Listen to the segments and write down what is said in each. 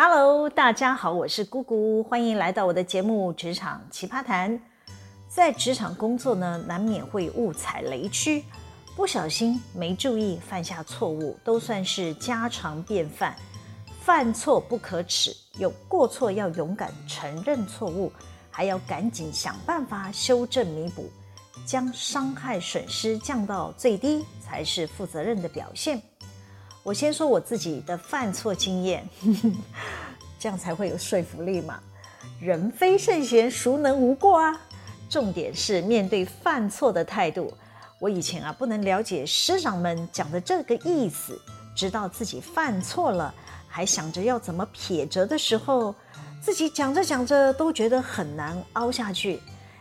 Hello， 大家好，我是姑姑，欢迎来到我的节目《职场奇葩谈》。在职场工作呢，难免会误踩雷区，不小心没注意犯下错误，都算是家常便饭。犯错不可耻，有过错要勇敢承认错误，还要赶紧想办法修正弥补，将伤害损失降到最低，才是负责任的表现。我先说我自己的犯错经验，这样才会有说服力嘛。人非圣贤，孰能无过啊？重点是面对犯错的态度。我以前不能了解师长们讲的这个意思，直到自己犯错了，还想着要怎么撇责的时候，自己讲着讲着都觉得很难凹下去。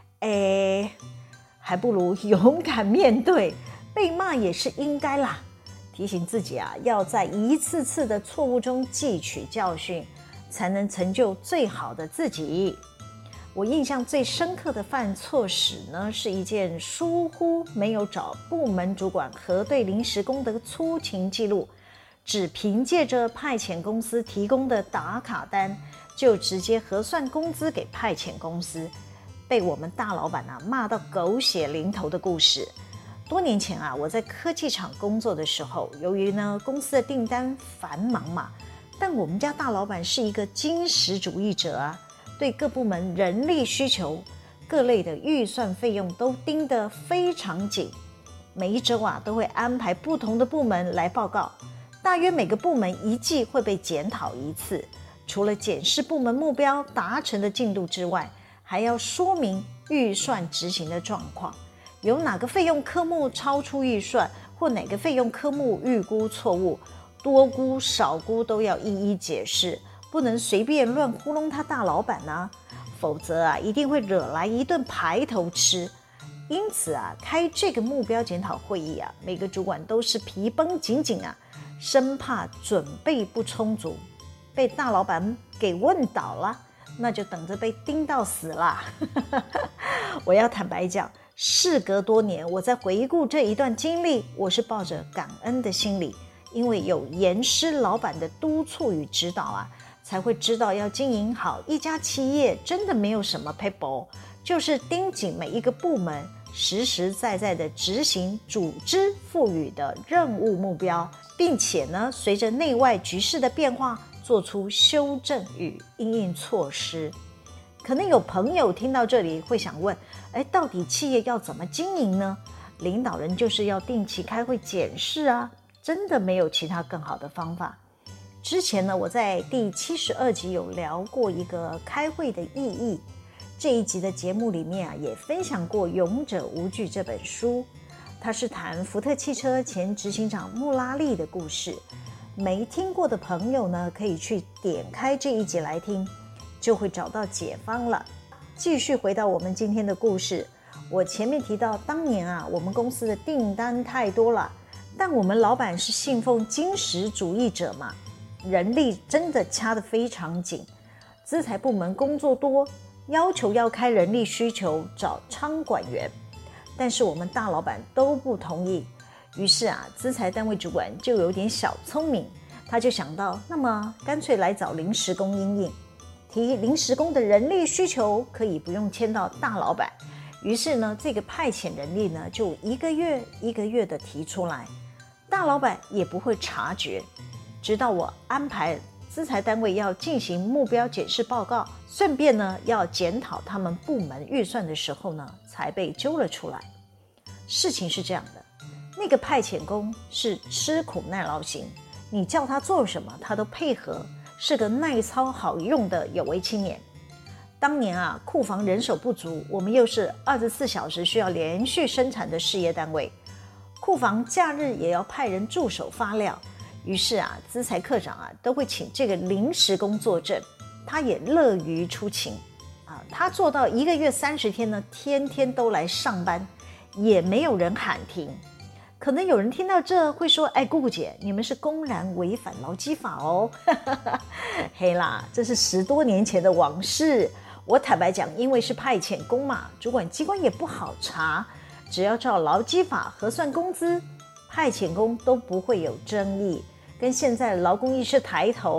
还不如勇敢面对，被骂也是应该啦。提醒自己要在一次次的错误中汲取教训，才能成就最好的自己。我印象最深刻的犯错史呢，是一件疏忽没有找部门主管核对临时工的出勤记录，只凭借着派遣公司提供的打卡单，就直接核算工资给派遣公司，被我们大老板骂到狗血淋头的故事。多年前我在科技厂工作的时候，由于公司的订单繁忙嘛，但我们家大老板是一个精实主义者对各部门人力需求、各类的预算费用都盯得非常紧，每一周都会安排不同的部门来报告，大约每个部门一季会被检讨一次，除了检视部门目标达成的进度之外，还要说明预算执行的状况。有哪个费用科目超出预算，或哪个费用科目预估错误，多估少估都要一一解释，不能随便乱糊弄他大老板否则一定会惹来一顿排头吃。因此开这个目标检讨会议每个主管都是皮绷紧紧生怕准备不充足，被大老板给问倒了，那就等着被盯到死啦。我要坦白讲，事隔多年，我在回顾这一段经历，我是抱着感恩的心理，因为有严师老板的督促与指导才会知道要经营好一家企业，真的没有什么撇步，就是盯紧每一个部门，实实在在的执行组织赋予的任务目标，并且随着内外局势的变化，做出修正与因应措施。可能有朋友听到这里会想问，到底企业要怎么经营呢？领导人就是要定期开会检视真的没有其他更好的方法。之前我在第72集有聊过一个开会的意义，这一集的节目里面也分享过《勇者无惧》这本书，它是谈福特汽车前执行长穆拉利的故事。没听过的朋友可以去点开这一集来听，就会找到解方了。继续回到我们今天的故事，我前面提到当年我们公司的订单太多了，但我们老板是信奉精实主义者嘛，人力真的掐得非常紧，资财部门工作多，要求要开人力需求找仓管员，但是我们大老板都不同意。于是资财单位主管就有点小聪明，他就想到，那么干脆来找临时工因应，提临时工的人力需求可以不用签到大老板。于是这个派遣人力就一个月一个月的提出来，大老板也不会察觉，直到我安排资财单位要进行目标检视报告，顺便要检讨他们部门预算的时候才被揪了出来。事情是这样的，那个派遣工是吃苦耐劳型，你叫他做什么他都配合，是个耐操好用的有为青年。当年库房人手不足，我们又是24小时需要连续生产的事业单位，库房假日也要派人驻守发料，于是资财科长都会请这个临时工作证，他也乐于出勤他做到1个月30天天天都来上班，也没有人喊停。可能有人听到这会说，姑姑姐，你们是公然违反劳基法哦。嘿啦，这是10多年前的往事。我坦白讲，因为是派遣工嘛，主管机关也不好查，只要照劳基法核算工资，派遣工都不会有争议。跟现在劳工意识抬头，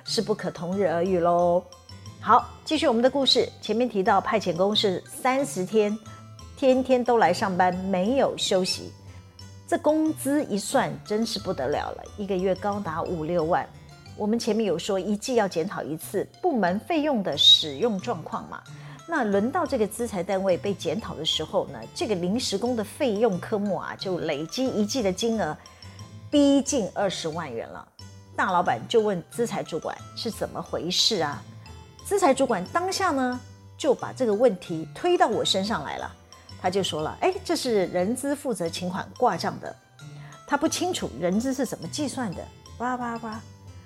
是不可同日而语咯。好，继续我们的故事。前面提到派遣工是30天，天天都来上班，没有休息。这工资一算真是不得了了，一个月高达5-6万。我们前面有说一季要检讨一次部门费用的使用状况嘛，那轮到这个资财单位被检讨的时候呢，这个临时工的费用科目啊，就累积一季的金额逼近20万元了。大老板就问资财主管是怎么回事啊？资财主管当下呢就把这个问题推到我身上来了，他就说了，这是人资负责请款挂账的，他不清楚人资是怎么计算的，叭叭叭。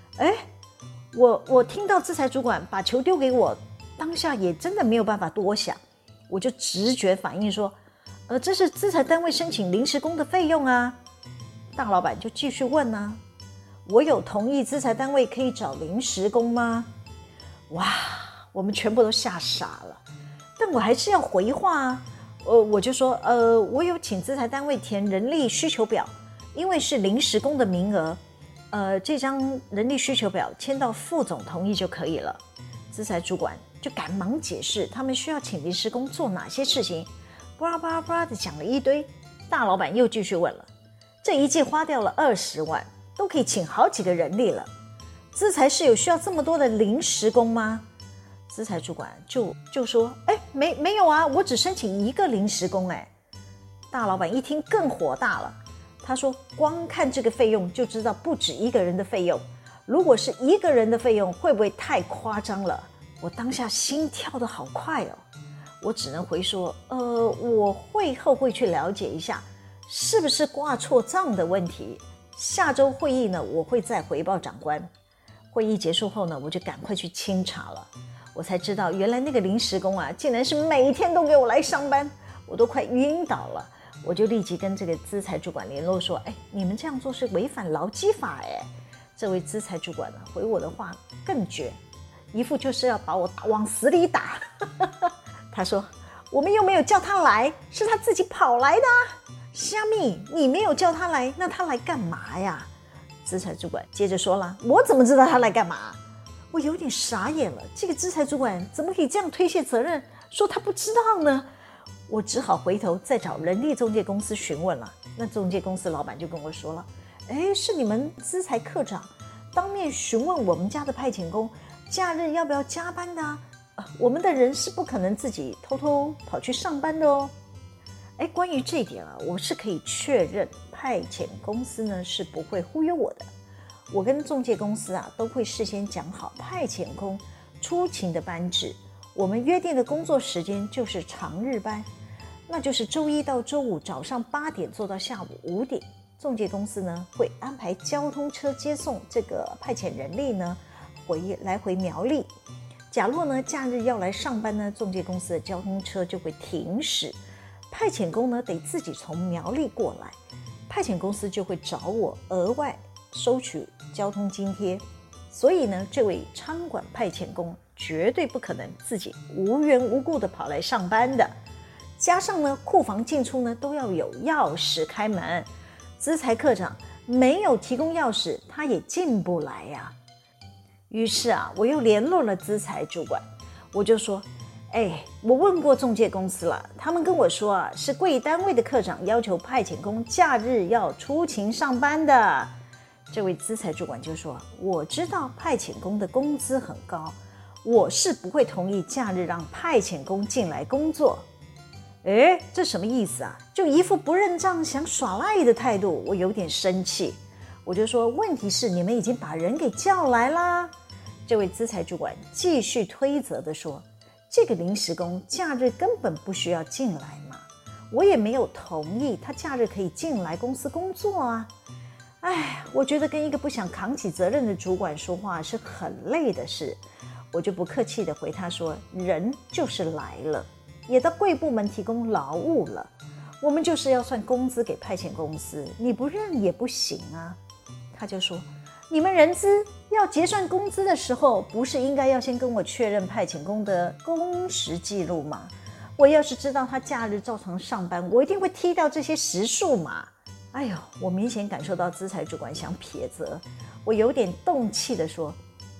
我听到资财主管把球丢给我，当下也真的没有办法多想，我就直觉反应说，这是资财单位申请临时工的费用啊。大老板就继续问啊，我有同意资财单位可以找临时工吗？哇，我们全部都吓傻了，但我还是要回话啊。我就说，我有请资财单位填人力需求表，因为是临时工的名额。这张人力需求表签到副总同意就可以了。资财主管就赶忙解释他们需要请临时工做哪些事情，巴拉巴拉巴拉的讲了一堆。大老板又继续问了，这一季花掉了20万，都可以请好几个人力了，资财是有需要这么多的临时工吗？资财主管就说，没有啊，我只申请一个临时工。大老板一听更火大了，他说光看这个费用就知道不止一个人的费用，如果是一个人的费用会不会太夸张了？我当下心跳得好快哦，我只能回说，我会后会去了解一下是不是挂错账的问题，下周会议呢我会再回报长官。会议结束后呢，我就赶快去清查了，我才知道原来那个临时工啊竟然是每天都给我来上班，我都快晕倒了。我就立即跟这个资财主管联络说，你们这样做是违反劳基法。这位资财主管呢回我的话更绝，一副就是要把我往死里打。他说，我们又没有叫他来，是他自己跑来的啊。虾米，你没有叫他来，那他来干嘛呀？资财主管接着说了，我怎么知道他来干嘛？我有点傻眼了，这个资财主管怎么可以这样推卸责任，说他不知道呢？我只好回头再找人力中介公司询问了。那中介公司老板就跟我说了，是你们资财科长当面询问我们家的派遣工假日要不要加班的啊，我们的人是不可能自己偷偷跑去上班的哦。关于这一点啊，我是可以确认派遣公司呢是不会忽悠我的。我跟中介公司啊都会事先讲好派遣工出勤的班制，我们约定的工作时间就是长日班，那就是周一到周五早上8点做到下午5点。中介公司呢会安排交通车接送这个派遣人力呢来回苗栗。假若呢假日要来上班呢，中介公司的交通车就会停驶，派遣工呢得自己从苗栗过来，派遣公司就会找我额外收取交通津贴。所以呢，这位仓管派遣工绝对不可能自己无缘无故的跑来上班的。加上呢，库房进出呢都要有钥匙开门，资财科长没有提供钥匙，他也进不来呀。于是啊，我又联络了资财主管，我就说，我问过中介公司了，他们跟我说啊，是贵单位的科长要求派遣工假日要出勤上班的。这位资财主管就说，我知道派遣工的工资很高，我是不会同意假日让派遣工进来工作。这什么意思啊？就一副不认账想耍赖的态度，我有点生气。我就说，问题是你们已经把人给叫来啦。这位资财主管继续推责的说，这个临时工假日根本不需要进来嘛，我也没有同意他假日可以进来公司工作啊。我觉得跟一个不想扛起责任的主管说话是很累的事。我就不客气的回他说，人就是来了，也到贵部门提供劳务了，我们就是要算工资给派遣公司，你不认也不行啊。他就说，你们人资要结算工资的时候，不是应该要先跟我确认派遣工的工时记录吗？我要是知道他假日照常上班，我一定会踢掉这些时数嘛。我明显感受到资财主管想撇责，我有点动气的说，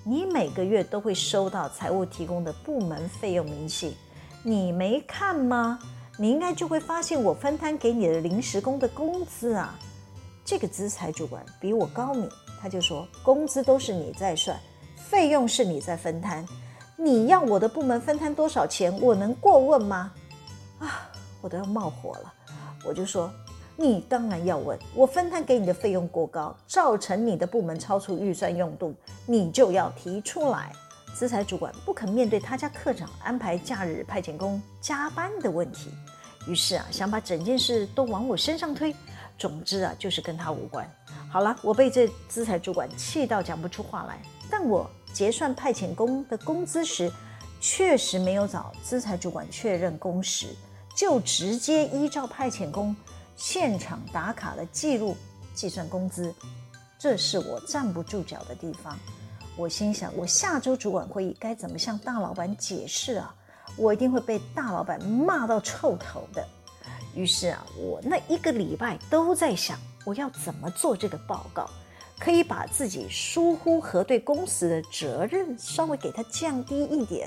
你每个月都会收到财务提供的部门费用明细，你没看吗？你应该就会发现我分摊给你的临时工的工资啊。这个资财主管比我高明，他就说工资都是你在算，费用是你在分摊，你要我的部门分摊多少钱，我能过问吗？我都要冒火了。我就说你当然要问，我分摊给你的费用过高，造成你的部门超出预算用度，你就要提出来。资财主管不肯面对他家科长安排假日派遣工加班的问题，于是想把整件事都往我身上推。总之就是跟他无关。好了，我被这资财主管气到讲不出话来，但我结算派遣工的工资时，确实没有找资财主管确认工时，就直接依照派遣工现场打卡的记录计算工资，这是我站不住脚的地方。我心想，我下周主管会议该怎么向大老板解释啊？我一定会被大老板骂到臭头的。于是我那1个礼拜都在想，我要怎么做这个报告，可以把自己疏忽核对工时的责任稍微给它降低一点。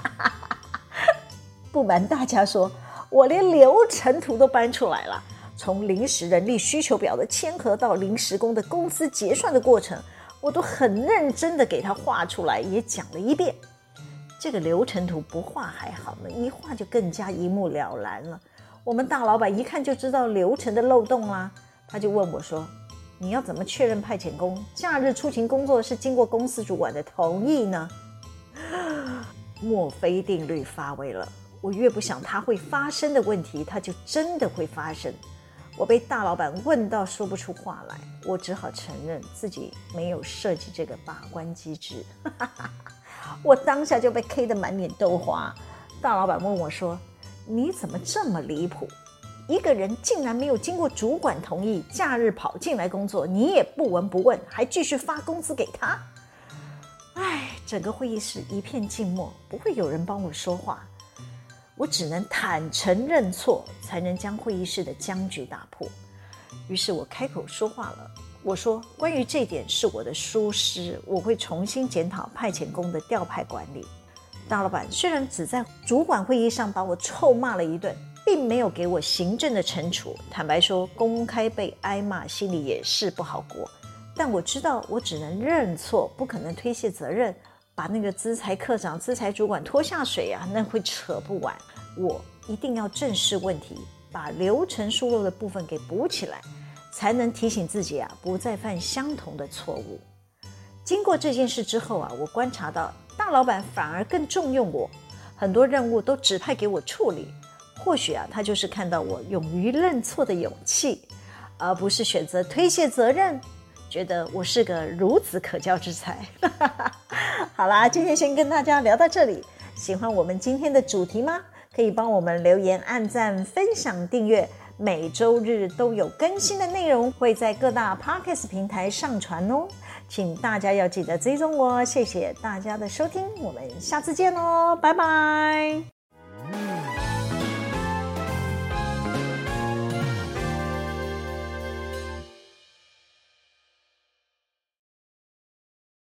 不瞒大家说，我连流程图都搬出来了，从临时人力需求表的签核到临时工的工资结算的过程，我都很认真的给他画出来，也讲了一遍。这个流程图不画还好呢，一画就更加一目了然了。我们大老板一看就知道流程的漏洞啦，他就问我说，你要怎么确认派遣工假日出勤工作是经过公司主管的同意呢？墨菲定律发威了，我越不想它会发生的问题，它就真的会发生。我被大老板问到说不出话来，我只好承认自己没有设计这个把关机制。我当下就被 K 得满脸豆花。大老板问我说，你怎么这么离谱？一个人竟然没有经过主管同意，假日跑进来工作，你也不闻不问，还继续发工资给他。整个会议室一片静默，不会有人帮我说话。我只能坦诚认错，才能将会议室的僵局打破。于是我开口说话了，我说关于这点是我的疏失，我会重新检讨派遣工的调派管理。大老板虽然只在主管会议上把我臭骂了一顿，并没有给我行政的惩处，坦白说公开被挨骂心里也是不好过。但我知道我只能认错，不可能推卸责任，把那个资财科长、资财主管拖下水那会扯不完。我一定要正视问题，把流程疏漏的部分给补起来，才能提醒自己不再犯相同的错误。经过这件事之后我观察到大老板反而更重用我，很多任务都指派给我处理。或许他就是看到我勇于认错的勇气，而不是选择推卸责任，觉得我是个孺子可教之才。好啦，今天先跟大家聊到这里。喜欢我们今天的主题吗？可以帮我们留言、按赞、分享、订阅。每周日都有更新的内容会在各大 Podcast 平台上传哦，请大家要记得追踪我。谢谢大家的收听，我们下次见哦，拜拜。